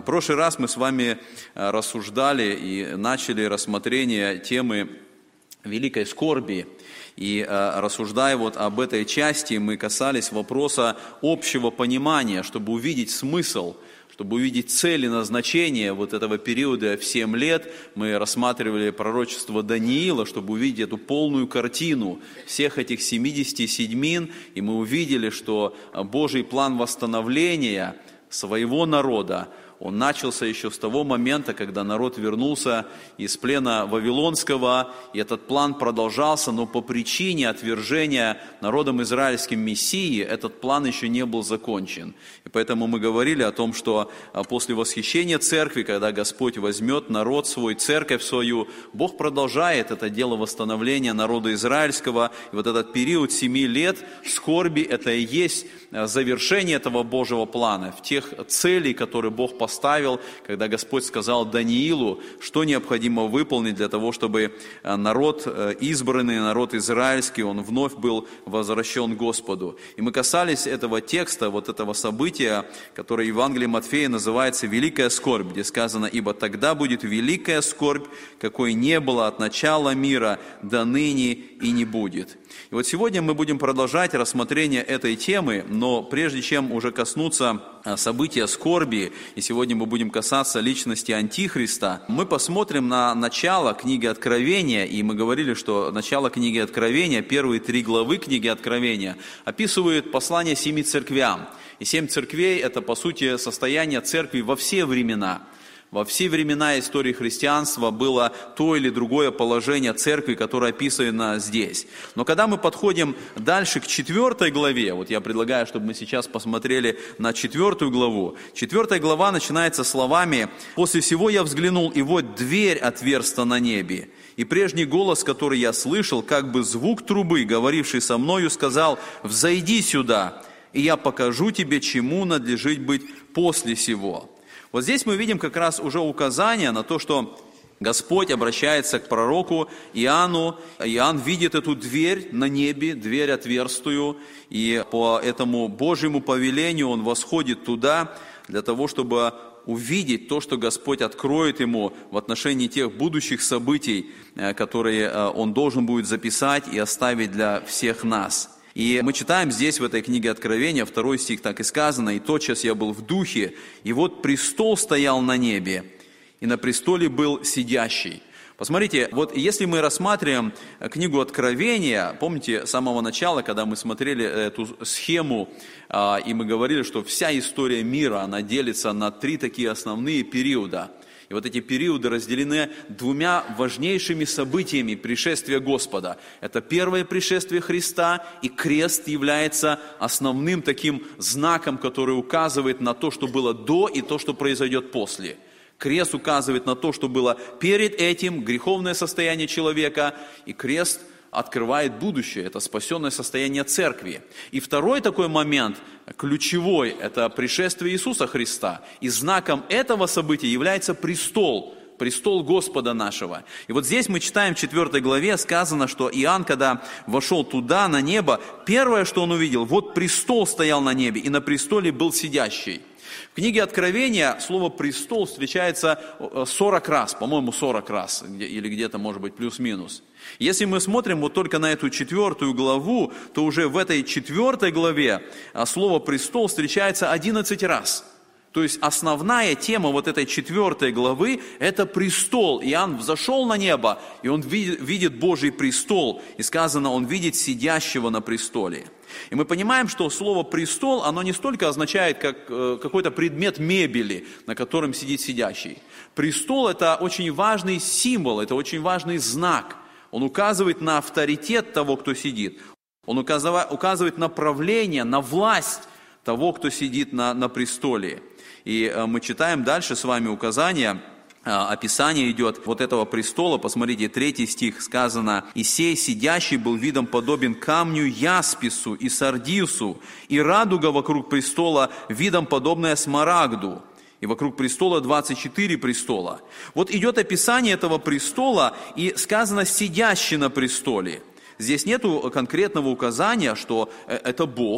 прошлый раз мы с вами рассуждали и начали рассмотрение темы великой скорби. И рассуждая вот об этой части, мы касались вопроса общего понимания, чтобы увидеть смысл, чтобы увидеть цель и назначение вот этого периода в 7 лет. Мы рассматривали пророчество Даниила, чтобы увидеть эту полную картину всех этих 70 седьмин. И мы увидели, что Божий план восстановления своего народа, он начался еще с того момента, когда народ вернулся из плена Вавилонского, и этот план продолжался, но по причине отвержения народом израильским Мессии этот план еще не был закончен. И поэтому мы говорили о том, что после восхищения церкви, когда Господь возьмет народ свой, церковь свою, Бог продолжает это дело восстановления народа израильского. И вот этот период 7 лет скорби, это и есть завершение этого Божьего плана, в тех целей, которые Бог поставил, когда Господь сказал Даниилу, что необходимо выполнить для того, чтобы народ избранный, народ израильский, он вновь был возвращен Господу. И мы касались этого текста, вот этого события, которое в Евангелии Матфея называется «Великая скорбь», где сказано: «Ибо тогда будет великая скорбь, какой не было от начала мира до ныне и не будет». И вот сегодня мы будем продолжать рассмотрение этой темы, но прежде чем уже коснуться события скорби, и сегодня мы будем касаться личности Антихриста, мы посмотрим на начало книги Откровения, и мы говорили, что начало книги Откровения, первые 3 главы книги Откровения, описывают послание 7 церквям. И 7 церквей – это, по сути, состояние церкви во все времена. Во все времена истории христианства было то или другое положение церкви, которое описано здесь. Но когда мы подходим дальше к 4 главе, вот я предлагаю, чтобы мы сейчас посмотрели на 4 главу. 4 глава начинается словами: «После всего я взглянул, и вот дверь отверста на небе. И прежний голос, который я слышал, как бы звук трубы, говоривший со мною, сказал: взойди сюда, и я покажу тебе, чему надлежит быть после сего». Вот здесь мы видим как раз уже указание на то, что Господь обращается к пророку Иоанну. Иоанн видит эту дверь на небе, дверь отверстую, и по этому Божьему повелению он восходит туда для того, чтобы увидеть то, что Господь откроет ему в отношении тех будущих событий, которые он должен будет записать и оставить для всех нас. И мы читаем здесь, в этой книге Откровения, 2 стих, так и сказано: «И тотчас я был в духе, и вот престол стоял на небе, и на престоле был сидящий». Посмотрите, вот если мы рассматриваем книгу Откровения, помните, с самого начала, когда мы смотрели эту схему, и мы говорили, что вся история мира, она делится на 3 такие основные периода. И вот эти периоды разделены 2 важнейшими событиями пришествия Господа. Это первое пришествие Христа, и крест является основным таким знаком, который указывает на то, что было до, и то, что произойдет после. Крест указывает на то, что было перед этим, греховное состояние человека, и крест открывает будущее, это спасенное состояние церкви. И второй такой момент, ключевой, это пришествие Иисуса Христа. И знаком этого события является престол Господа нашего. И вот здесь мы читаем в 4 главе, сказано, что Иоанн, когда вошел туда, на небо, первое, что он увидел, вот престол стоял на небе, и на престоле был сидящий. В книге Откровения слово «престол» встречается 40 раз, по-моему, 40 раз, или где-то, может быть, плюс-минус. Если мы смотрим вот только на эту 4 главу, то уже в этой 4 главе слово «престол» встречается 11 раз. То есть основная тема вот этой 4 главы – это престол. Иоанн взошел на небо, и он видит Божий престол. И сказано, он видит сидящего на престоле. И мы понимаем, что слово «престол», оно не столько означает, как какой-то предмет мебели, на котором сидит сидящий. Престол – это очень важный символ, это очень важный знак. Он указывает на авторитет того, кто сидит. Он указывает на правление, на власть того, кто сидит на престоле. И мы читаем дальше с вами указания, описание идет вот этого престола. Посмотрите, 3 стих сказано: «И сей сидящий был видом подобен камню яспису и сардису, и радуга вокруг престола видом подобная смарагду». И вокруг престола 24 престола. Вот идет описание этого престола, и сказано «сидящий на престоле». Здесь нету конкретного указания, что это Бог.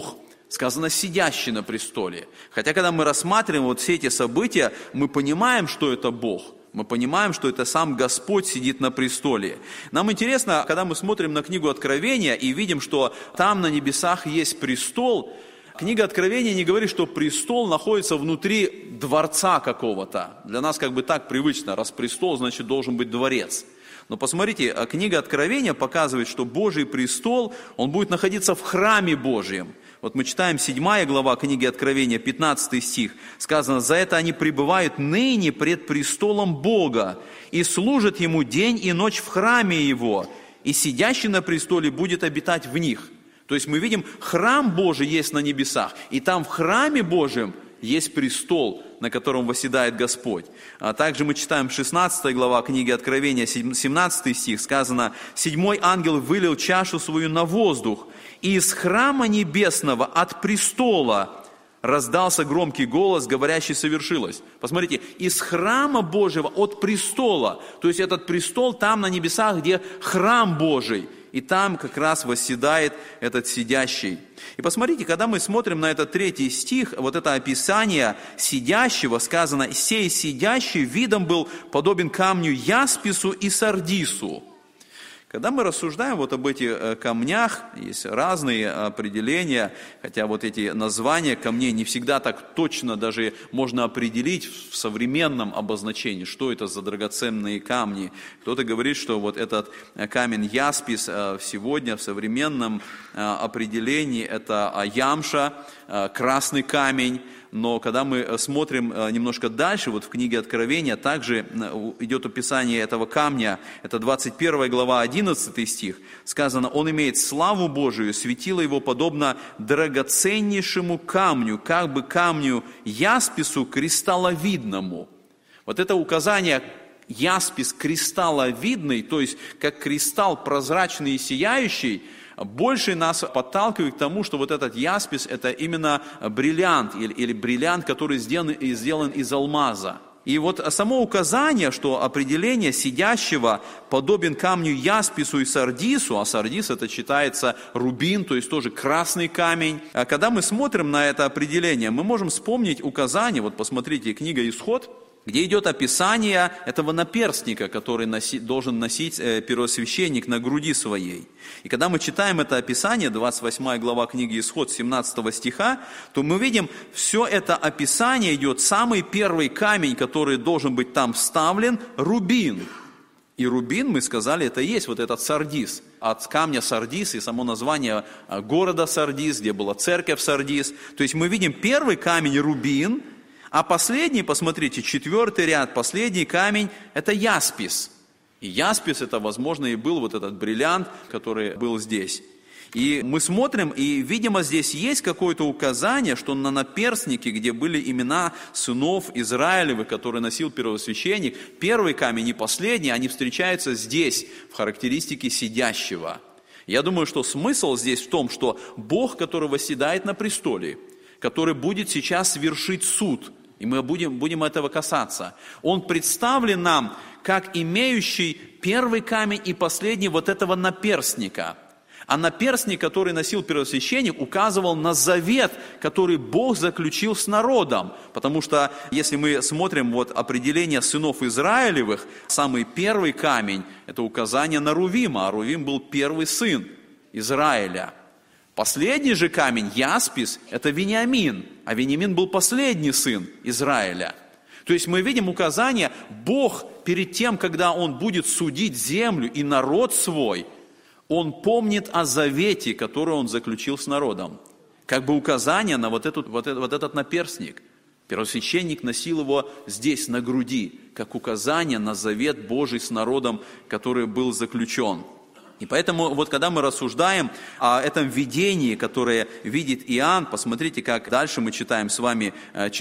Сказано «сидящий на престоле». Хотя, когда мы рассматриваем вот все эти события, мы понимаем, что это Бог. Мы понимаем, что это сам Господь сидит на престоле. Нам интересно, когда мы смотрим на книгу Откровения и видим, что там на небесах есть престол, книга Откровения не говорит, что престол находится внутри дворца какого-то. Для нас как бы так привычно, раз престол, значит должен быть дворец. Но посмотрите, книга Откровения показывает, что Божий престол, он будет находиться в храме Божьем. Вот мы читаем 7 глава книги Откровения, 15 стих. Сказано: «За это они пребывают ныне пред престолом Бога, и служат Ему день и ночь в храме Его, и сидящий на престоле будет обитать в них». То есть мы видим, храм Божий есть на небесах, и там в храме Божьем есть престол, на котором восседает Господь. А также мы читаем 16 глава книги Откровения, 17 стих, сказано: «Седьмой ангел вылил чашу свою на воздух, и из храма небесного от престола раздался громкий голос, говорящий: совершилось». Посмотрите, из храма Божьего, от престола, то есть этот престол там на небесах, где храм Божий, и там как раз восседает этот сидящий. И посмотрите, когда мы смотрим на этот 3 стих, вот это описание сидящего, сказано: «Сей сидящий видом был подобен камню яспису и сардису». Когда мы рассуждаем вот об этих камнях, есть разные определения, хотя вот эти названия камней не всегда так точно даже можно определить в современном обозначении, что это за драгоценные камни. Кто-то говорит, что вот этот камень яспис сегодня в современном определении это ямша, красный камень. Но когда мы смотрим немножко дальше, вот в книге Откровения также идет описание этого камня, это 21 глава, 11 стих, сказано: «Он имеет славу Божию, светило его подобно драгоценнейшему камню, как бы камню яспису кристалловидному». Вот это указание яспис кристалловидный, то есть как кристалл прозрачный и сияющий, больше нас подталкивает к тому, что вот этот яспис – это именно бриллиант, или бриллиант, который сделан из алмаза. И вот само указание, что определение сидящего подобен камню яспису и сардису, а сардис это считается рубин, то есть тоже красный камень. А когда мы смотрим на это определение, мы можем вспомнить указание, вот посмотрите, книга «Исход», где идет описание этого наперстника, который должен носить первосвященник на груди своей. И когда мы читаем это описание, 28 глава книги Исход, 17 стиха, то мы видим, все это описание идет, самый первый камень, который должен быть там вставлен, рубин. И рубин, мы сказали, это и есть вот этот сардис. От камня Сардис и само название города Сардис, где была церковь Сардис. То есть мы видим первый камень рубин, а последний, посмотрите, 4 ряд, последний камень – это яспис. И яспис – это, возможно, и был вот этот бриллиант, который был здесь. И мы смотрим, и, видимо, здесь есть какое-то указание, что на наперстнике, где были имена сынов Израилевых, которые носил первосвященник, первый камень и последний, они встречаются здесь, в характеристике сидящего. Я думаю, что смысл здесь в том, что Бог, который восседает на престоле, который будет сейчас вершить суд, и мы будем этого касаться. Он представлен нам как имеющий первый камень и последний вот этого наперстника. А наперстник, который носил первосвященник, указывал на завет, который Бог заключил с народом. Потому что, если мы смотрим вот определение сынов Израилевых, самый первый камень – это указание на Рувима, а Рувим был первый сын Израиля. Последний же камень, яспис, это Вениамин, а Вениамин был последний сын Израиля. То есть мы видим указание, Бог перед тем, когда Он будет судить землю и народ свой, Он помнит о завете, который Он заключил с народом. Как бы указание на вот этот наперстник. Первосвященник носил его здесь, на груди, как указание на завет Божий с народом, который был заключен. И поэтому, вот когда мы рассуждаем о этом видении, которое видит Иоанн, посмотрите, как дальше мы читаем с вами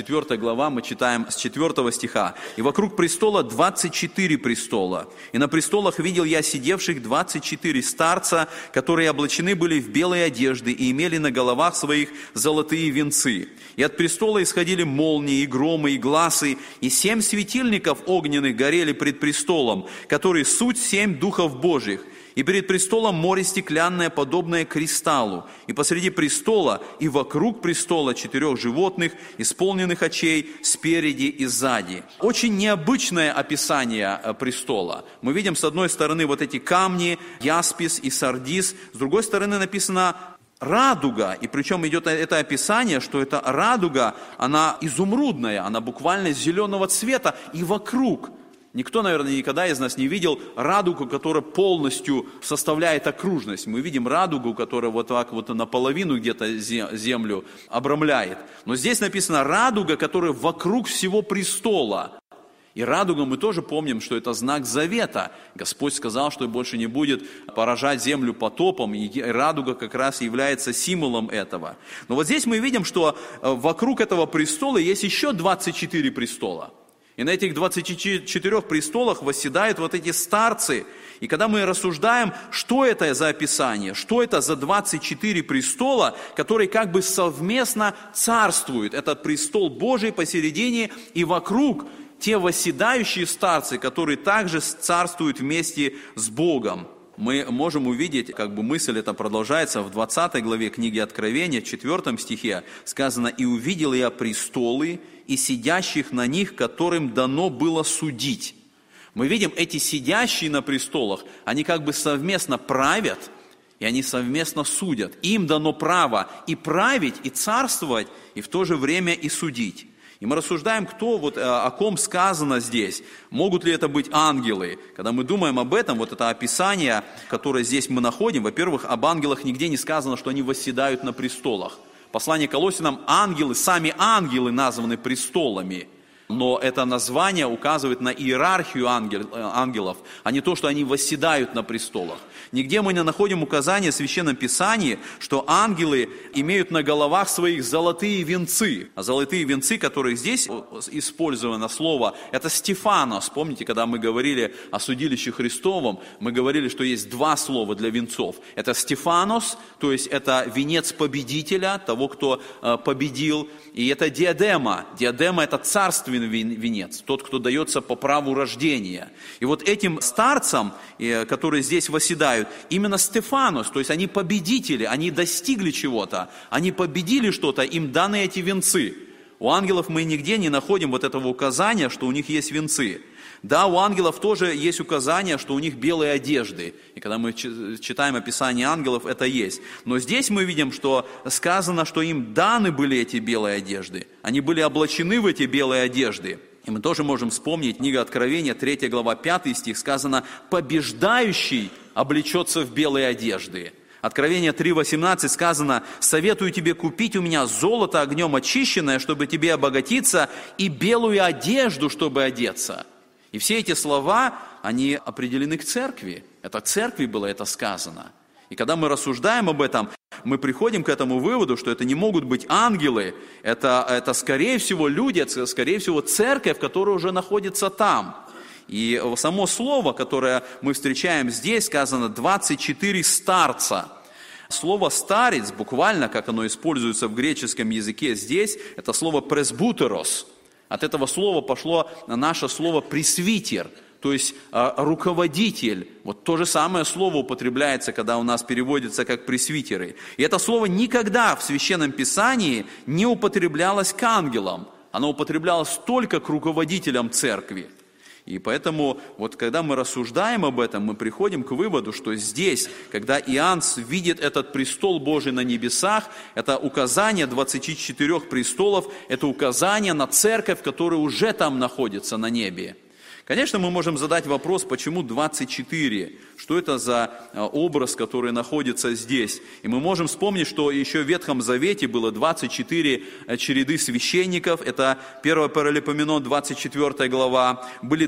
4 глава, мы читаем с 4 стиха. «И вокруг престола 24 престола, и на престолах видел я сидевших 24 старца, которые облачены были в белые одежды и имели на головах своих золотые венцы. И от престола исходили молнии, и громы, и гласы, и 7 светильников огненных горели пред престолом, которые суть 7 духов Божьих. И перед престолом море стеклянное, подобное кристаллу. И посреди престола и вокруг престола 4 животных, исполненных очей спереди и сзади. Очень необычное описание престола. Мы видим с одной стороны вот эти камни, яспис и сардис. С другой стороны написано радуга. И причем идет это описание, что эта радуга, она изумрудная, она буквально зеленого цвета и вокруг. Никто, наверное, никогда из нас не видел радугу, которая полностью составляет окружность. Мы видим радугу, которая вот так вот наполовину где-то землю обрамляет. Но здесь написано радуга, которая вокруг всего престола. И радуга, мы тоже помним, что это знак завета. Господь сказал, что больше не будет поражать землю потопом, и радуга как раз является символом этого. Но вот здесь мы видим, что вокруг этого престола есть еще 24 престола. И на этих 24 престолах восседают вот эти старцы. И когда мы рассуждаем, что это за описание, что это за 24 престола, которые как бы совместно царствуют. Этот престол Божий посередине и вокруг те восседающие старцы, которые также царствуют вместе с Богом. Мы можем увидеть, как бы мысль эта продолжается в 20 главе книги Откровения, в 4 стихе, сказано: «И увидел я престолы, и сидящих на них, которым дано было судить». Мы видим, эти сидящие на престолах, они как бы совместно правят, и они совместно судят. Им дано право и править, и царствовать, и в то же время и судить. И мы рассуждаем, о ком сказано здесь. Могут ли это быть ангелы? Когда мы думаем об этом, вот это описание, которое здесь мы находим, во-первых, об ангелах нигде не сказано, что они восседают на престолах. Послание к Колоссянам, сами ангелы названы престолами. Но это название указывает на иерархию ангелов, а не то, что они восседают на престолах. Нигде мы не находим указания в Священном Писании, что ангелы имеют на головах своих золотые венцы. А золотые венцы, которые здесь использовано слово, это Стефанос. Помните, когда мы говорили о судилище Христовом, мы говорили, что есть 2 слова для венцов. Это Стефанос, то есть это венец победителя, того, кто победил. И это диадема. Диадема – это царственный венец, тот, кто дается по праву рождения. И вот этим старцам, которые здесь восседают, именно Стефанос, то есть они победители, они достигли чего-то, они победили что-то, им даны эти венцы. У ангелов мы нигде не находим вот этого указания, что у них есть венцы. Да, у ангелов тоже есть указание, что у них белые одежды. И когда мы читаем описание ангелов, это есть. Но здесь мы видим, что сказано, что им даны были эти белые одежды. Они были облачены в эти белые одежды. И мы тоже можем вспомнить книга Откровения, 3 глава, 5 стих, сказано: «Побеждающий облечется в белые одежды». Откровение 3:18 сказано: «Советую тебе купить у меня золото огнем очищенное, чтобы тебе обогатиться, и белую одежду, чтобы одеться». И все эти слова, они определены к церкви. Это церкви было это сказано. И когда мы рассуждаем об этом, мы приходим к этому выводу, что это не могут быть ангелы, это скорее всего люди, это скорее всего церковь, которая уже находится там. И само слово, которое мы встречаем здесь, сказано 24 старца. Слово «старец», буквально, как оно используется в греческом языке здесь, это слово «пресбутерос». От этого слова пошло наше слово «пресвитер», то есть руководитель. Вот то же самое слово употребляется, когда у нас переводится как пресвитеры. И это слово никогда в Священном Писании не употреблялось к ангелам. Оно употреблялось только к руководителям церкви. И поэтому, вот когда мы рассуждаем об этом, мы приходим к выводу, что здесь, когда Иоанн видит этот престол Божий на небесах, это указание 24 престолов, это указание на церковь, которая уже там находится на небе. Конечно, мы можем задать вопрос, почему 24? Что это за образ, который находится здесь? И мы можем вспомнить, что еще в Ветхом Завете было 24 череды священников. Это 1 Паралипоменон, 24 глава. Были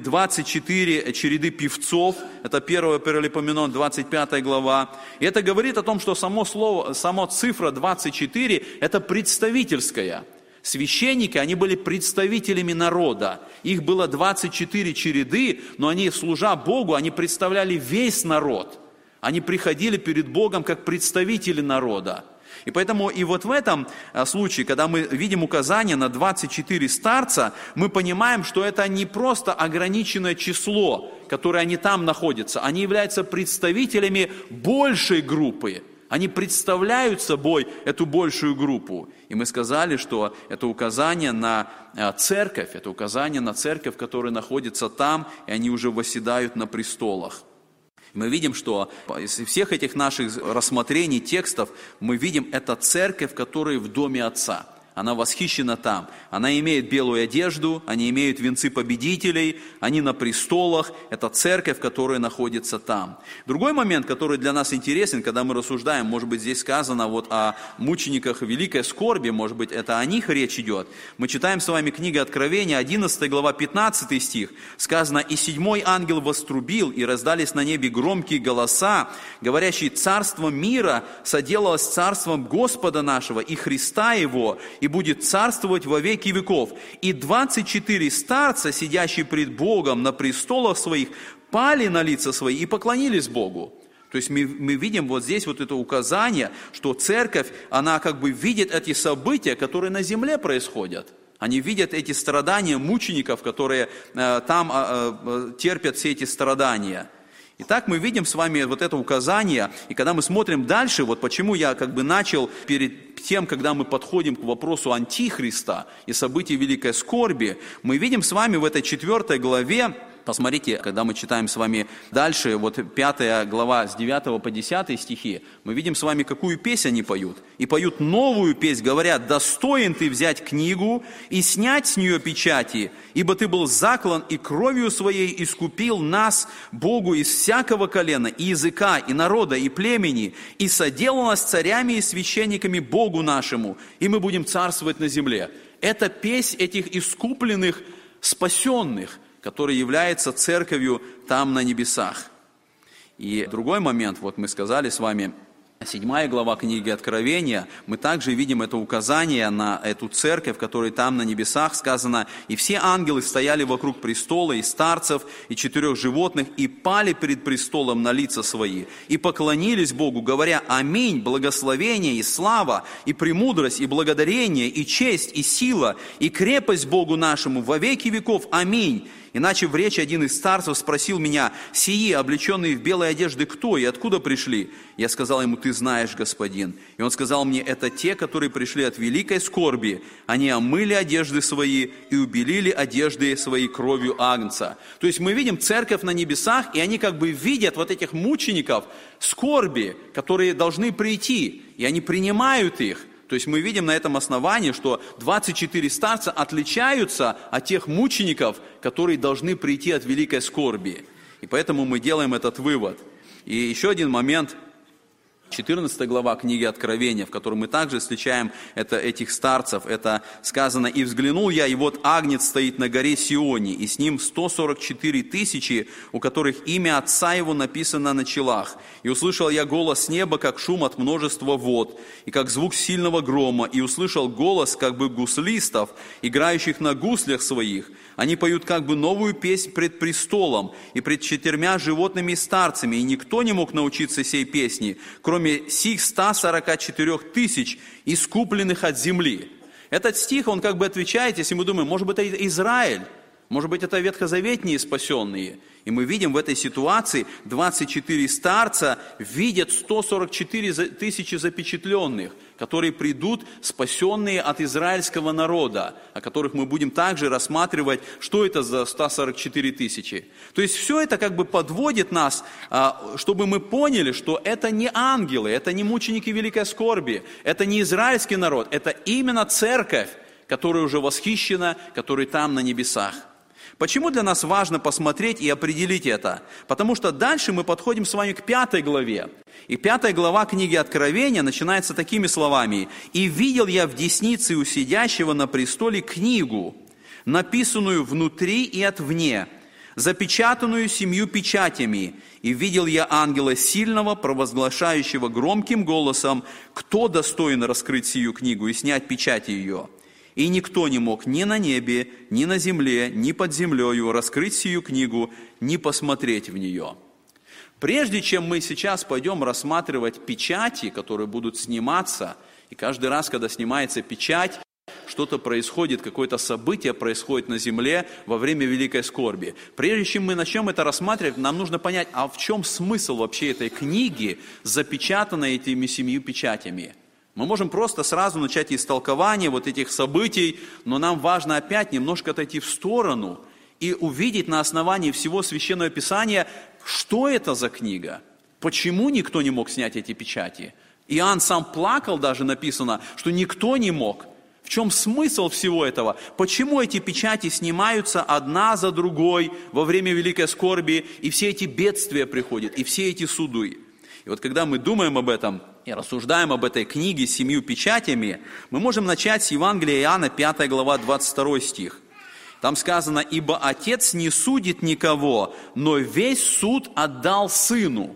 24 череды певцов. Это 1 Паралипоменон, 25 глава. И это говорит о том, что само цифра 24 – это представительская. Священники, они были представителями народа. Их было 24 череды, но они, служа Богу, они представляли весь народ. Они приходили перед Богом как представители народа. И поэтому и вот в этом случае, когда мы видим указание на 24 старца, мы понимаем, что это не просто ограниченное число, которое они там находятся. Они являются представителями большей группы. Они представляют собой эту большую группу. И мы сказали, что это указание на церковь, которая находится там, и они уже восседают на престолах. Мы видим, что из всех этих наших рассмотрений текстов, мы видим, это церковь, которая в доме Отца. Она восхищена там. Она имеет белую одежду, они имеют венцы победителей, они на престолах. Это церковь, которая находится там. Другой момент, который для нас интересен, когда мы рассуждаем, может быть, здесь сказано вот о мучениках великой скорби, может быть, это о них речь идет. Мы читаем с вами книгу Откровения, 11 глава, 15 стих. Сказано: «И седьмой ангел вострубил, и раздались на небе громкие голоса, говорящие: царство мира соделалось царством Господа нашего и Христа Его, и будет царствовать во веки веков. И 24 старца, сидящие пред Богом на престолах своих, пали на лица свои и поклонились Богу». То есть мы видим вот здесь вот это указание, что церковь, она как бы видит эти события, которые на земле происходят. Они видят эти страдания мучеников, которые там терпят все эти страдания. Итак, мы видим с вами вот это указание, и когда мы смотрим дальше, вот почему я как бы начал перед тем, когда мы подходим к вопросу Антихриста и событий великой скорби, мы видим с вами в этой 4 главе, посмотрите, когда мы читаем с вами дальше, вот 5 глава с 9 по 10 стихи, мы видим с вами, какую песнь они поют. И поют новую песнь, говорят: «Достоин ты взять книгу и снять с нее печати, ибо ты был заклан и кровью своей искупил нас, Богу, из всякого колена, и языка, и народа, и племени, и соделал нас царями и священниками Богу нашему, и мы будем царствовать на земле». Это песнь этих искупленных, спасенных, который является церковью там на небесах. И другой момент, вот мы сказали с вами, 7 глава книги Откровения, мы также видим это указание на эту церковь, которая там на небесах. Сказано: «И все ангелы стояли вокруг престола, и старцев, и 4 животных, и пали перед престолом на лица свои, и поклонились Богу, говоря: Аминь, благословение и слава, и премудрость, и благодарение, и честь, и сила, и крепость Богу нашему во веки веков. Аминь». Иначе в речи один из старцев спросил меня: «Сии, облеченные в белые одежды, кто и откуда пришли?» Я сказал ему: «Ты знаешь, господин». И он сказал мне: «Это те, которые пришли от великой скорби. Они омыли одежды свои и убелили одежды свои кровью агнца». То есть мы видим церковь на небесах, и они как бы видят вот этих мучеников скорби, которые должны прийти, и они принимают их. То есть мы видим на этом основании, что 24 старца отличаются от тех мучеников, которые должны прийти от великой скорби. И поэтому мы делаем этот вывод. И еще один момент. 14 глава книги Откровения, в которой мы также встречаем этих старцев, это сказано: «И взглянул я, и вот агнец стоит на горе Сионе, и с ним 144 тысячи, у которых имя Отца Его написано на челах. И услышал я голос с неба, как шум от множества вод, и как звук сильного грома, и услышал голос, как бы гуслистов, играющих на гуслях своих. Они поют как бы новую песнь пред престолом и пред 4 животными и старцами, и никто не мог научиться сей песни, кроме сих 144 тысяч, искупленных от земли». Этот стих, он как бы отвечает, если мы думаем, может быть, это Израиль, может быть, это ветхозаветные спасенные. И мы видим в этой ситуации 24 старца видят 144 тысячи запечатленных, которые придут спасенные от израильского народа, о которых мы будем также рассматривать, что это за 144 тысячи. То есть все это как бы подводит нас, чтобы мы поняли, что это не ангелы, это не мученики великой скорби, это не израильский народ, это именно церковь, которая уже восхищена, которая там на небесах. Почему для нас важно посмотреть и определить это? Потому что дальше мы подходим с вами к 5 главе. И 5 глава книги Откровения начинается такими словами: «И видел я в деснице у сидящего на престоле книгу, написанную внутри и отвне, запечатанную 7 печатями. И видел я ангела сильного, провозглашающего громким голосом: кто достоин раскрыть сию книгу и снять печати ее? И никто не мог ни на небе, ни на земле, ни под землею раскрыть сию книгу, ни посмотреть в нее». Прежде чем мы сейчас пойдем рассматривать печати, которые будут сниматься, И каждый раз, когда снимается печать, что-то происходит, какое-то событие происходит на земле во время великой скорби. Прежде чем мы начнем это рассматривать, нам нужно понять, а в чем смысл вообще этой книги, запечатанной этими 7 печатями? Мы можем просто сразу начать истолкование вот этих событий, но нам важно опять немножко отойти в сторону и увидеть на основании всего Священного Писания, что это за книга, почему никто не мог снять эти печати. Иоанн сам плакал, даже написано, что никто не мог. В чем смысл всего этого? Почему эти печати снимаются одна за другой во время великой скорби, и все эти бедствия приходят, и все эти суды? И вот когда мы думаем об этом и рассуждаем об этой книге с 7 печатями, мы можем начать с Евангелия Иоанна, 5 глава, 22 стих. Там сказано: «Ибо Отец не судит никого, но весь суд отдал Сыну».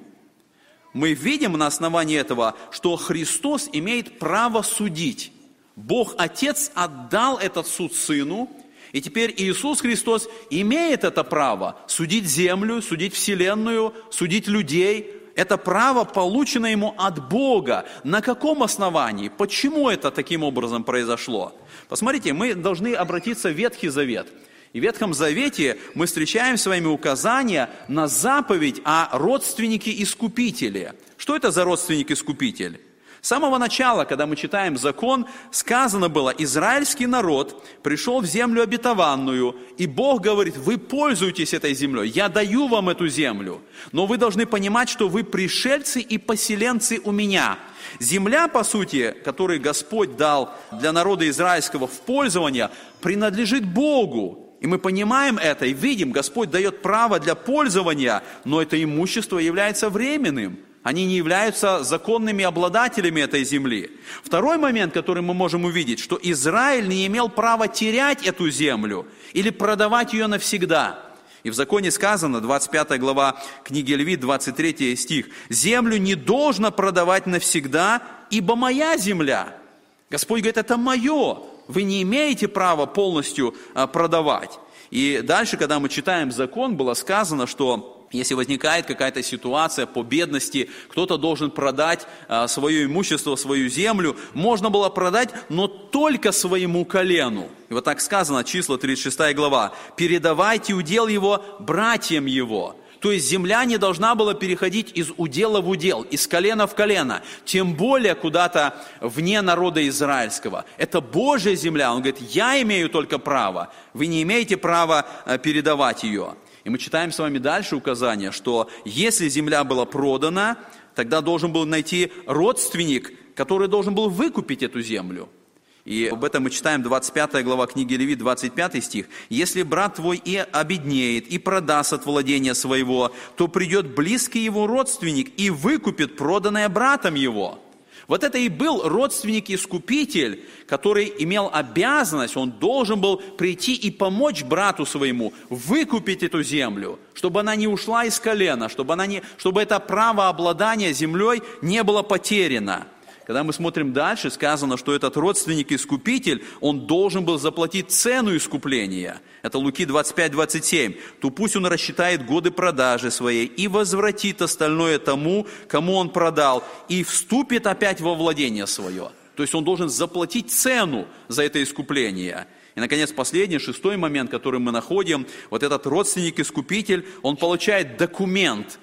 Мы видим на основании этого, что Христос имеет право судить. Бог Отец отдал этот суд Сыну, и теперь Иисус Христос имеет это право судить землю, судить вселенную, судить людей. Это право получено Ему от Бога. На каком основании? Почему это таким образом произошло? Посмотрите, мы должны обратиться в Ветхий Завет. И в Ветхом Завете мы встречаем с вами указания на заповедь о родственнике-искупителе. Что это за родственник-искупитель? С самого начала, когда мы читаем закон, сказано было: израильский народ пришел в землю обетованную, и Бог говорит: вы пользуетесь этой землей, я даю вам эту землю, но вы должны понимать, что вы пришельцы и поселенцы у меня. Земля, по сути, которую Господь дал для народа израильского в пользование, принадлежит Богу. И мы понимаем это и видим, Господь дает право для пользования, но это имущество является временным. Они не являются законными обладателями этой земли. Второй момент, который мы можем увидеть, что Израиль не имел права терять эту землю или продавать ее навсегда. И в законе сказано, 25 глава книги Левит, 23 стих: «Землю не должно продавать навсегда, ибо моя земля». Господь говорит: это мое, вы не имеете права полностью продавать. И дальше, когда мы читаем закон, было сказано, что если возникает какая-то ситуация по бедности, кто-то должен продать свое имущество, свою землю, можно было продать, но только своему колену. И вот так сказано, числа 36 глава: «Передавайте удел его братьям его». То есть земля не должна была переходить из удела в удел, из колена в колено, тем более куда-то вне народа израильского. Это Божья земля. Он говорит: я имею только право, вы не имеете права передавать ее. И мы читаем с вами дальше указание, что если земля была продана, тогда должен был найти родственник, который должен был выкупить эту землю. И об этом мы читаем 25 глава книги Левит, 25 стих. «Если брат твой и обеднеет, и продаст от владения своего, то придет близкий его родственник и выкупит проданное братом его». Вот это и был родственник-искупитель, который имел обязанность, он должен был прийти и помочь брату своему выкупить эту землю, чтобы она не ушла из колена, чтобы это право обладания землей не было потеряно. Когда мы смотрим дальше, сказано, что этот родственник-искупитель, он должен был заплатить цену искупления. Это Луки 25-27. «То пусть он рассчитает годы продажи своей и возвратит остальное тому, кому он продал, и вступит опять во владение свое». То есть он должен заплатить цену за это искупление. И, наконец, последний, 6-й момент, который мы находим, вот этот родственник-искупитель, он получает документ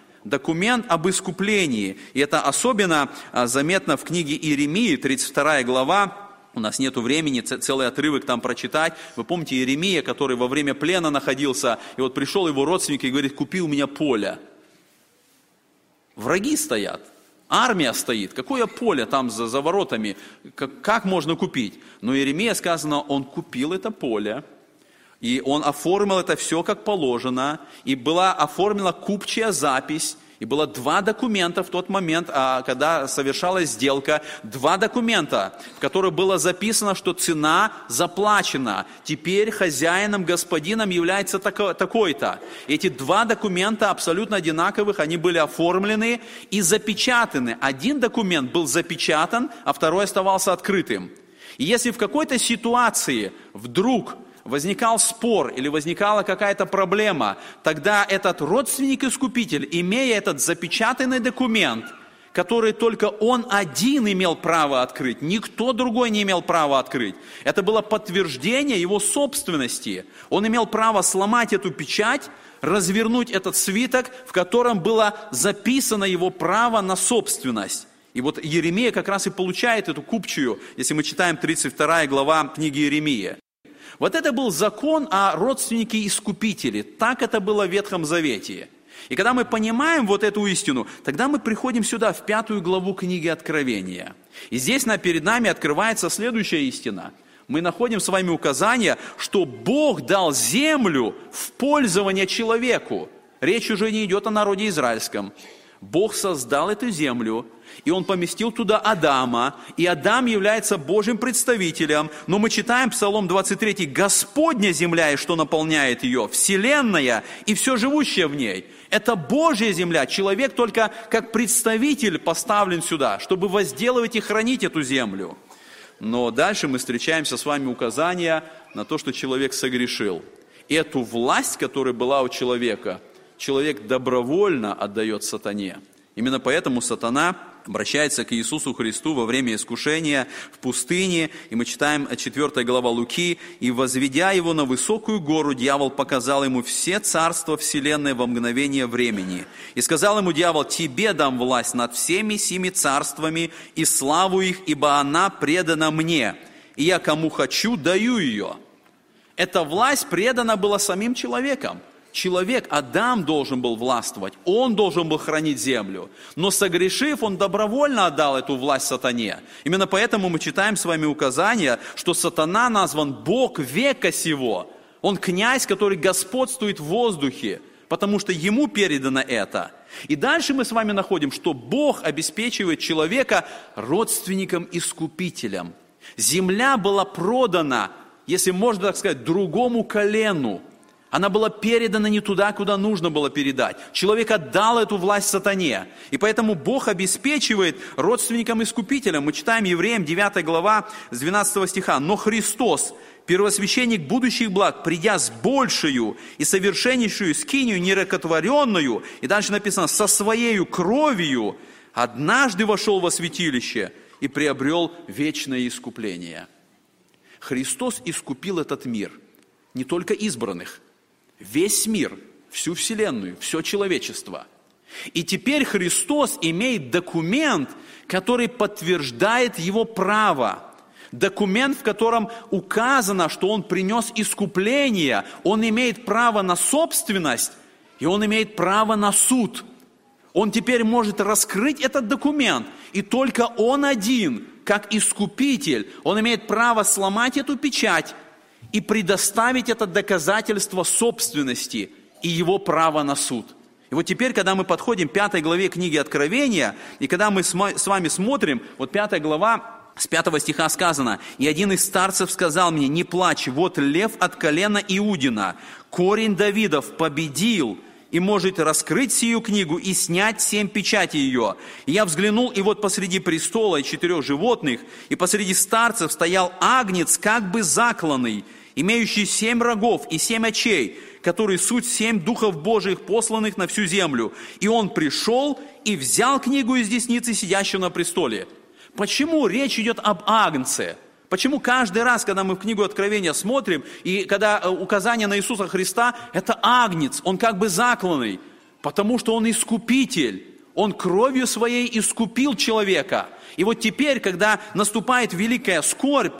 об искуплении. И это особенно заметно в книге Иеремии, 32 глава. У нас нет времени целый отрывок там прочитать. Вы помните Иеремия, который во время плена находился, и вот пришел его родственник и говорит: купи у меня поле. Враги стоят, армия стоит. Какое поле там за воротами? Как можно купить? Но Иеремия, сказано, он купил это поле. И он оформил это все как положено, и была оформлена купчая запись, и было 2 документа в тот момент, когда совершалась сделка, 2 документа, в которых было записано, что цена заплачена, теперь хозяином, господином является такой-то. Эти 2 документа абсолютно одинаковых, они были оформлены и запечатаны. Один документ был запечатан, а второй оставался открытым. И если в какой-то ситуации вдруг возникал спор или возникала какая-то проблема, тогда этот родственник-искупитель, имея этот запечатанный документ, который только Он один имел право открыть, никто другой не имел права открыть. Это было подтверждение Его собственности. Он имел право сломать эту печать, развернуть этот свиток, в котором было записано Его право на собственность. И вот Иеремия как раз и получает эту купчую, если мы читаем 32 глава книги Иеремии. Вот это был закон о родственнике-искупителе. Так это было в Ветхом Завете. И когда мы понимаем вот эту истину, тогда мы приходим сюда, в 5 главу книги Откровения. И здесь перед нами открывается следующая истина. Мы находим с вами указание, что Бог дал землю в пользование человеку. Речь уже не идет о народе израильском. Бог создал эту землю, и Он поместил туда Адама, и Адам является Божьим представителем. Но мы читаем Псалом 23, «Господня земля, и что наполняет ее, вселенная, и все живущее в ней». Это Божья земля, человек только как представитель поставлен сюда, чтобы возделывать и хранить эту землю. Но дальше мы встречаемся с вами указания на то, что человек согрешил. Эту власть, которая была у человека, человек добровольно отдает сатане. Именно поэтому сатана обращается к Иисусу Христу во время искушения в пустыне. И мы читаем 4 глава Луки. «И, возведя его на высокую гору, дьявол показал ему все царства вселенной во мгновение времени. И сказал ему дьявол: тебе дам власть над всеми семи царствами и славу их, ибо она предана мне, и я кому хочу даю ее». Эта власть предана была самим человеком. Человек, Адам, должен был властвовать, он должен был хранить землю. Но согрешив, он добровольно отдал эту власть сатане. Именно поэтому мы читаем с вами указание, что сатана назван Бог века сего. Он князь, который господствует в воздухе, потому что ему передано это. И дальше мы с вами находим, что Бог обеспечивает человека родственником-искупителем. Земля была продана, если можно так сказать, другому колену. Она была передана не туда, куда нужно было передать. Человек отдал эту власть сатане. И поэтому Бог обеспечивает родственником-искупителем. Мы читаем Евреям 9 глава с 12 стиха. «Но Христос, первосвященник будущих благ, придя с большую и совершеннейшую скинию, нерукотворенную», и дальше написано, «со своею кровью однажды вошел во святилище и приобрел вечное искупление». Христос искупил этот мир, не только избранных, весь мир, всю вселенную, все человечество. И теперь Христос имеет документ, который подтверждает Его право. Документ, в котором указано, что Он принес искупление. Он имеет право на собственность, и Он имеет право на суд. Он теперь может раскрыть этот документ, и только Он один, как искупитель, Он имеет право сломать эту печать и предоставить это доказательство собственности и его право на суд. И вот теперь, когда мы подходим к 5 главе книги Откровения, и когда мы с вами смотрим, вот 5 глава, с 5 стиха сказано: «И один из старцев сказал мне: не плачь, вот лев от колена Иудина, корень Давидов, победил, и может раскрыть сию книгу и снять 7 печатей ее. И я взглянул, и вот посреди престола и 4 животных, и посреди старцев стоял агнец, как бы закланный, имеющий 7 рогов и 7 очей, который суть 7 духов Божиих, посланных на всю землю. И он пришел и взял книгу из десницы сидящего на престоле». Почему речь идет об агнце? Почему каждый раз, когда мы в книгу Откровения смотрим, и когда указание на Иисуса Христа, это агнец, он как бы закланный, потому что он искупитель, он кровью своей искупил человека. И вот теперь, когда наступает великая скорбь,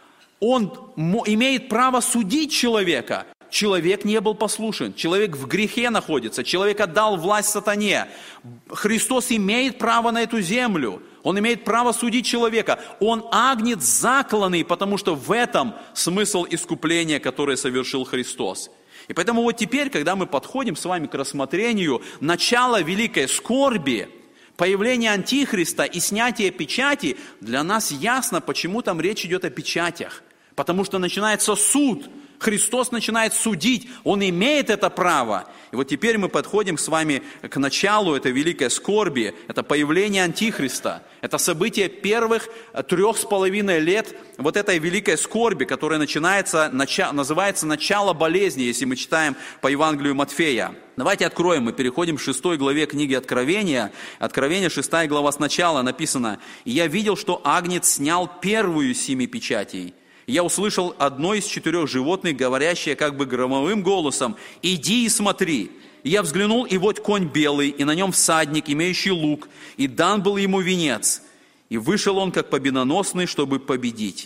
он имеет право судить человека. Человек не был послушен, человек в грехе находится, человек отдал власть сатане. Христос имеет право на эту землю. Он имеет право судить человека. Он агнец закланный, потому что в этом смысл искупления, которое совершил Христос. И поэтому вот теперь, когда мы подходим с вами к рассмотрению начала великой скорби, появления Антихриста и снятия печати, для нас ясно, почему там речь идет о печатях. Потому что начинается суд. Христос начинает судить, Он имеет это право. И вот теперь мы подходим с вами к началу этой великой скорби. Это появление Антихриста. Это событие первых 3,5 лет вот этой великой скорби, которая называется «Начало болезни», если мы читаем по Евангелию Матфея. Давайте откроем, мы переходим к 6 главе книги Откровения. Откровение, 6 глава сначала написано: «И я видел, что Агнец снял первую из 7 печатей. И я услышал одно из 4 животных, говорящее как бы громовым голосом: иди и смотри. И я взглянул, и вот конь белый, и на нем всадник, имеющий лук, и дан был ему венец. И вышел он как победоносный, чтобы победить».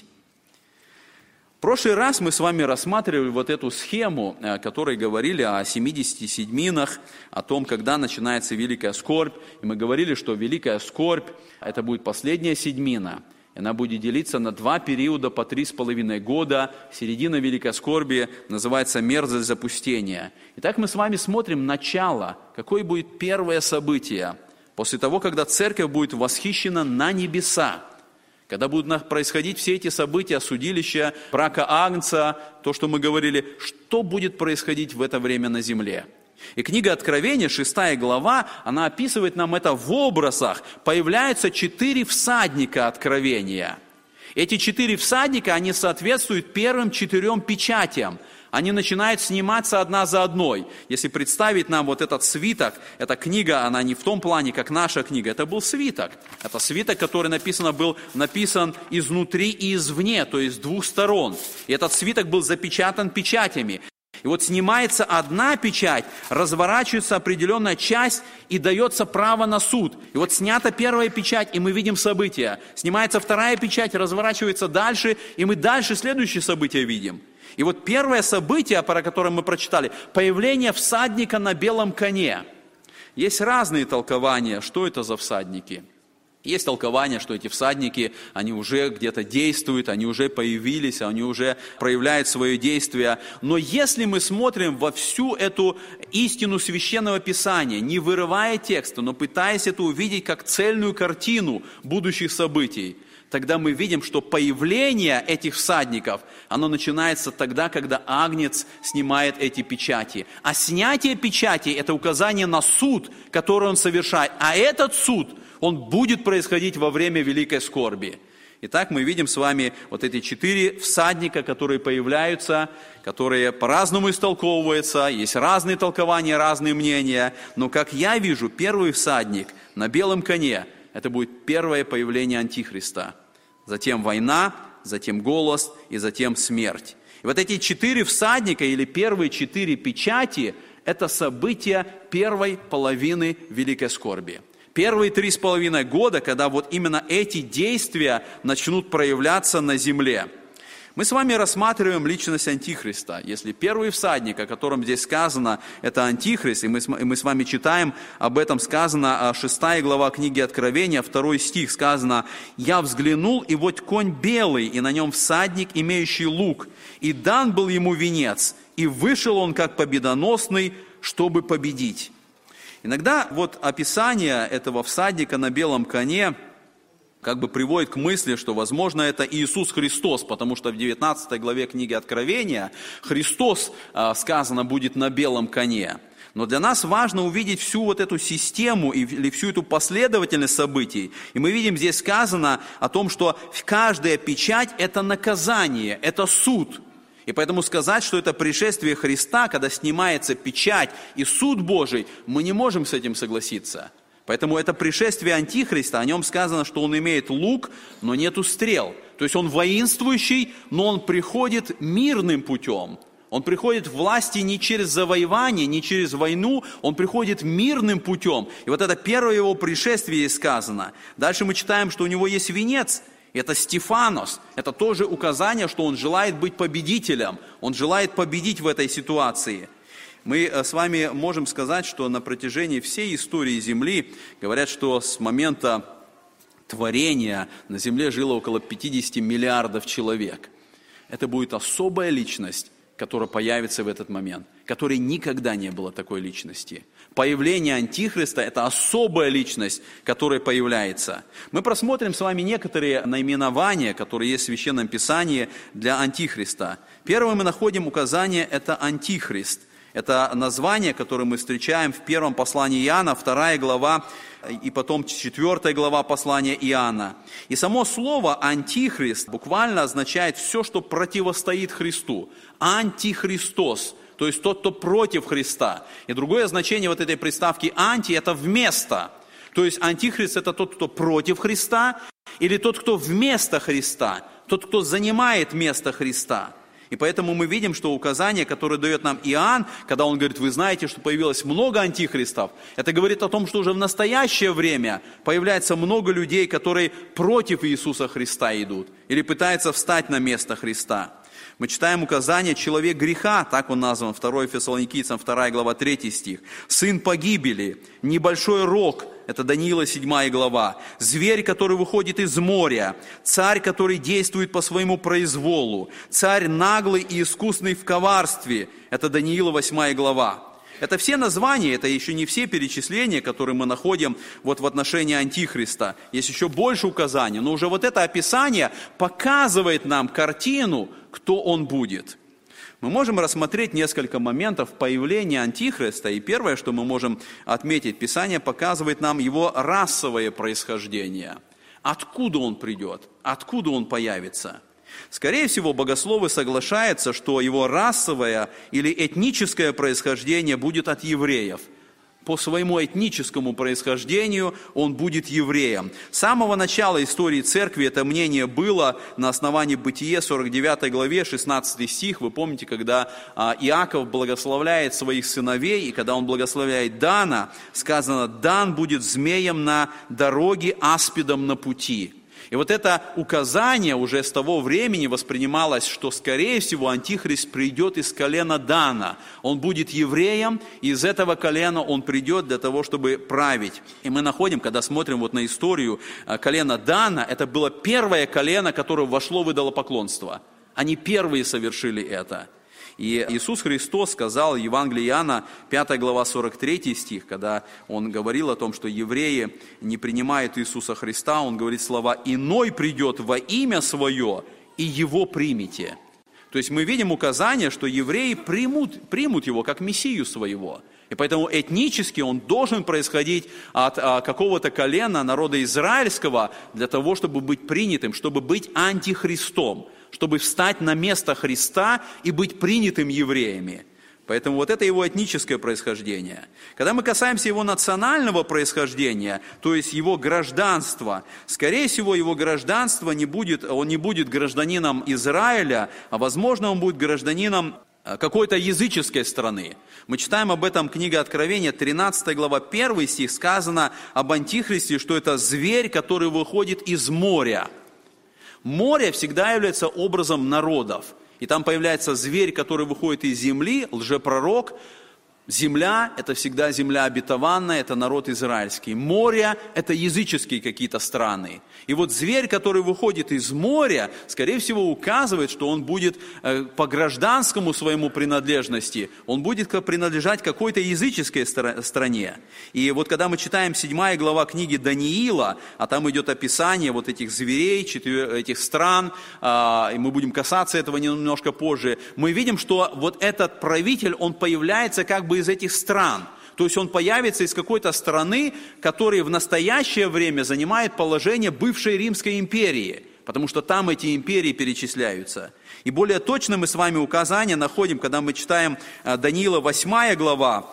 В прошлый раз мы с вами рассматривали вот эту схему, о которой говорили о 70 седьминах, о том, когда начинается великая скорбь. И мы говорили, что великая скорбь – это будет последняя седьмина. Она будет делиться на 2 периода по 3,5 года. Середина великой скорби называется мерзость запустения. Итак, мы с вами смотрим начало, какое будет первое событие. После того, когда церковь будет восхищена на небеса, когда будут происходить все эти события, судилища, брака Агнца, то, что мы говорили, что будет происходить в это время на земле. И книга Откровения, 6 глава, она описывает нам это в образах. Появляются 4 всадника Откровения. Эти 4 всадника, они соответствуют первым 4 печатям. Они начинают сниматься одна за одной. Если представить нам вот этот свиток, эта книга, она не в том плане, как наша книга, это был свиток. Это свиток, который был написан изнутри и извне, то есть с 2 сторон. И этот свиток был запечатан печатями. И вот снимается одна печать, разворачивается определенная часть и дается право на суд. И вот снята первая печать, и мы видим события. Снимается вторая печать, разворачивается дальше, и мы дальше следующие события видим. И вот первое событие, про которое мы прочитали, появление всадника на белом коне. Есть разные толкования, что это за всадники. Есть толкование, что эти всадники, они уже где-то действуют, они уже появились, они уже проявляют свое действие. Но если мы смотрим во всю эту истину Священного Писания, не вырывая текста, но пытаясь это увидеть как цельную картину будущих событий, тогда мы видим, что появление этих всадников, оно начинается тогда, когда Агнец снимает эти печати. А снятие печати – это указание на суд, который он совершает. А этот суд, он будет происходить во время великой скорби. Итак, мы видим с вами вот эти 4 всадника, которые появляются, которые по-разному истолковываются, есть разные толкования, разные мнения. Но, как я вижу, первый всадник на белом коне – это будет первое появление Антихриста. Затем война, затем голод и затем смерть. И вот эти 4 всадника или первые 4 печати – это события первой половины великой скорби. Первые 3,5 года, когда вот именно эти действия начнут проявляться на земле. Мы с вами рассматриваем личность Антихриста. Если первый всадник, о котором здесь сказано, это Антихрист, и мы с вами читаем, об этом сказано, 6 глава книги Откровения, 2 стих сказано: «Я взглянул, и вот конь белый, и на нем всадник, имеющий лук, и дан был ему венец, и вышел он как победоносный, чтобы победить». Иногда вот описание этого всадника на белом коне как бы приводит к мысли, что, возможно, это Иисус Христос, потому что в 19 главе книги Откровения Христос, сказано, будет на белом коне. Но для нас важно увидеть всю вот эту систему или всю эту последовательность событий. И мы видим, здесь сказано о том, что каждая печать – это наказание, это суд. И поэтому сказать, что это пришествие Христа, когда снимается печать и суд Божий, мы не можем с этим согласиться. Поэтому это пришествие Антихриста, о нем сказано, что он имеет лук, но нету стрел. То есть он воинствующий, но он приходит мирным путем. Он приходит в власти не через завоевание, не через войну, он приходит мирным путем. И вот это первое его пришествие сказано. Дальше мы читаем, что у него есть венец. Это Стефанос. Это тоже указание, что он желает быть победителем. Он желает победить в этой ситуации. Мы с вами можем сказать, что на протяжении всей истории Земли, говорят, что с момента творения на Земле жило около 50 миллиардов человек. Это будет особая личность, которая появится в этот момент, которой никогда не было такой личности. Появление Антихриста – это особая личность, которая появляется. Мы просмотрим с вами некоторые наименования, которые есть в Священном Писании для Антихриста. Первое мы находим указание – это Антихрист. Это название, которое мы встречаем в первом послании Иоанна, 2 глава, и потом 4 глава послания Иоанна. И само слово «антихрист» буквально означает все, что противостоит Христу. Антихристос, то есть тот, кто против Христа. И другое значение вот этой приставки «анти» – это «вместо». То есть антихрист – это тот, кто против Христа, или тот, кто вместо Христа, тот, кто занимает место Христа. И поэтому мы видим, что указание, которое дает нам Иоанн, когда он говорит, вы знаете, что появилось много антихристов, это говорит о том, что уже в настоящее время появляется много людей, которые против Иисуса Христа идут или пытаются встать на место Христа. Мы читаем указание «человек греха», так он назван, 2 Фессалоникийцам, 2 глава, 3 стих. «Сын погибели, небольшой рог», это Даниила, 7 глава. «Зверь, который выходит из моря, царь, который действует по своему произволу, царь наглый и искусный в коварстве», это Даниила, 8 глава. Это все названия, это еще не все перечисления, которые мы находим вот в отношении Антихриста. Есть еще больше указаний, но уже вот это описание показывает нам картину, кто он будет. Мы можем рассмотреть несколько моментов появления Антихриста, и первое, что мы можем отметить, Писание показывает нам его расовое происхождение. Откуда он придет, откуда он появится? Скорее всего, богословы соглашаются, что его расовое или этническое происхождение будет от евреев. По своему этническому происхождению он будет евреем. С самого начала истории церкви это мнение было на основании Бытие, 49 главе, 16 стих. Вы помните, когда Иаков благословляет своих сыновей, и когда он благословляет Дана, сказано, «Дан будет змеем на дороге, аспидом на пути». И вот это указание уже с того времени воспринималось, что, скорее всего, Антихрист придет из колена Дана. Он будет евреем, и из этого колена он придет для того, чтобы править. И мы находим, когда смотрим вот на историю колена Дана, это было первое колено, которое вошло в идолопоклонство. Они первые совершили это. И Иисус Христос сказал в Евангелии Иоанна, 5 глава, 43 стих, когда Он говорил о том, что евреи не принимают Иисуса Христа, Он говорит слова «иной придет во имя свое, и его примите». То есть мы видим указание, что евреи примут его как Мессию своего. И поэтому этнически он должен происходить от какого-то колена народа израильского для того, чтобы быть принятым, чтобы быть антихристом, чтобы встать на место Христа и быть принятым евреями. Поэтому вот это его этническое происхождение. Когда мы касаемся его национального происхождения, то есть его гражданства, скорее всего, его гражданство он не будет гражданином Израиля, а возможно, он будет гражданином какой-то языческой страны. Мы читаем об этом книга Откровения, 13 глава, 1 стих, сказано об Антихристе, что это зверь, который выходит из моря. Море всегда является образом народов. И там появляется зверь, который выходит из земли, лжепророк. Земля – это всегда земля обетованная, это народ израильский. Море – это языческие какие-то страны. И вот зверь, который выходит из моря, скорее всего, указывает, что он будет по гражданскому своему принадлежности, он будет принадлежать какой-то языческой стране. И вот когда мы читаем 7 глава книги Даниила, а там идет описание вот этих зверей, этих стран, и мы будем касаться этого немножко позже, мы видим, что вот этот правитель, он появляется как бы из этих стран. То есть он появится из какой-то страны, которая в настоящее время занимает положение бывшей Римской империи, потому что там эти империи перечисляются. И более точно мы с вами указания находим, когда мы читаем Даниила 8 глава,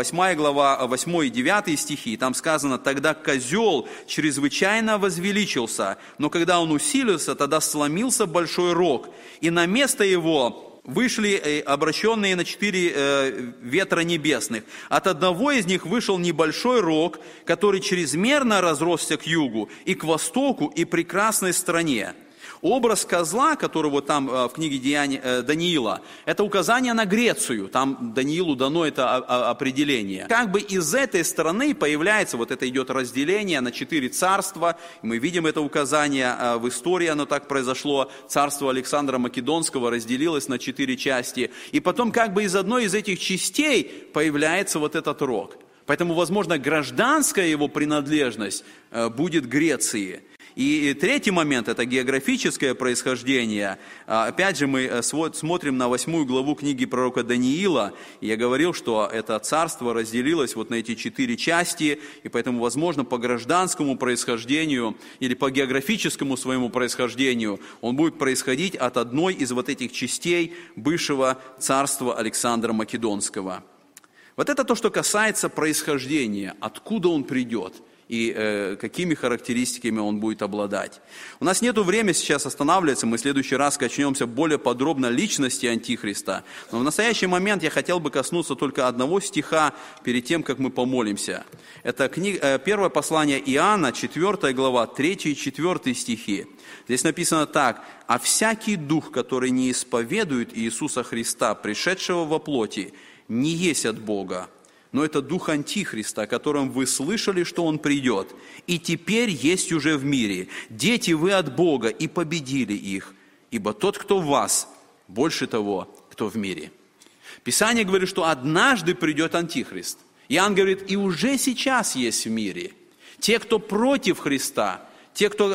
8 и 9 стихи, там сказано, «Тогда козел чрезвычайно возвеличился, но когда он усилился, тогда сломился большой рог, и на место его вышли обращенные на 4 ветра небесных. От одного из них вышел небольшой рог, который чрезмерно разросся к югу и к востоку и прекрасной стране. Образ козла, который вот там в книге Даниила, это указание на Грецию. Там Даниилу дано это определение. Как бы из этой стороны появляется, вот это идет разделение на 4 царства. Мы видим это указание в истории, оно так произошло. Царство Александра Македонского разделилось на 4 части. И потом как бы из одной из этих частей появляется вот этот рог. Поэтому, возможно, гражданская его принадлежность будет Греции. И третий момент – это географическое происхождение. Опять же, мы смотрим на 8 главу книги пророка Даниила. Я говорил, что это царство разделилось вот на эти 4 части, и поэтому, возможно, по гражданскому происхождению или по географическому своему происхождению он будет происходить от одной из вот этих частей бывшего царства Александра Македонского. Вот это то, что касается происхождения, откуда он придет и какими характеристиками он будет обладать. У нас нет времени сейчас останавливаться, мы в следующий раз коснемся более подробно личности Антихриста. Но в настоящий момент я хотел бы коснуться только одного стиха перед тем, как мы помолимся. Это первое послание Иоанна, 4 глава, 3 и 4 стихи. Здесь написано так: «А всякий дух, который не исповедует Иисуса Христа, пришедшего во плоти, не есть от Бога, но это дух Антихриста, о котором вы слышали, что он придет, и теперь есть уже в мире. Дети вы от Бога, и победили их, ибо тот, кто в вас, больше того, кто в мире». Писание говорит, что однажды придет Антихрист. Иоанн говорит, и уже сейчас есть в мире. Те, кто против Христа, те, кто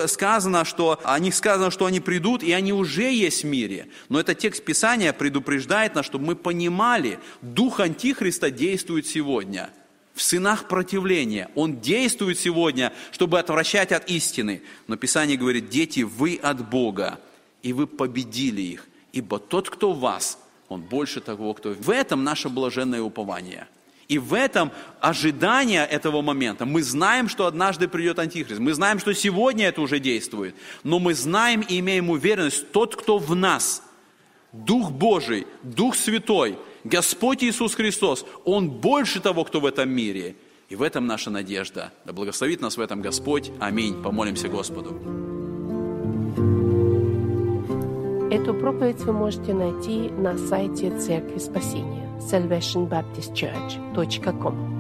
о них сказано, что они придут, и они уже есть в мире. Но этот текст Писания предупреждает нас, чтобы мы понимали, дух Антихриста действует сегодня в сынах противления. Он действует сегодня, чтобы отвращать от истины. Но Писание говорит, дети, вы от Бога, и вы победили их. Ибо тот, кто в вас, он больше того, кто... В этом наше блаженное упование. И в этом ожидание этого момента, мы знаем, что однажды придет Антихрист, мы знаем, что сегодня это уже действует, но мы знаем и имеем уверенность, тот, кто в нас, Дух Божий, Дух Святой, Господь Иисус Христос, Он больше того, кто в этом мире. И в этом наша надежда. Да благословит нас в этом Господь. Аминь. Помолимся Господу. Эту проповедь вы можете найти на сайте Церкви Спасения salvationbaptistchurch.com.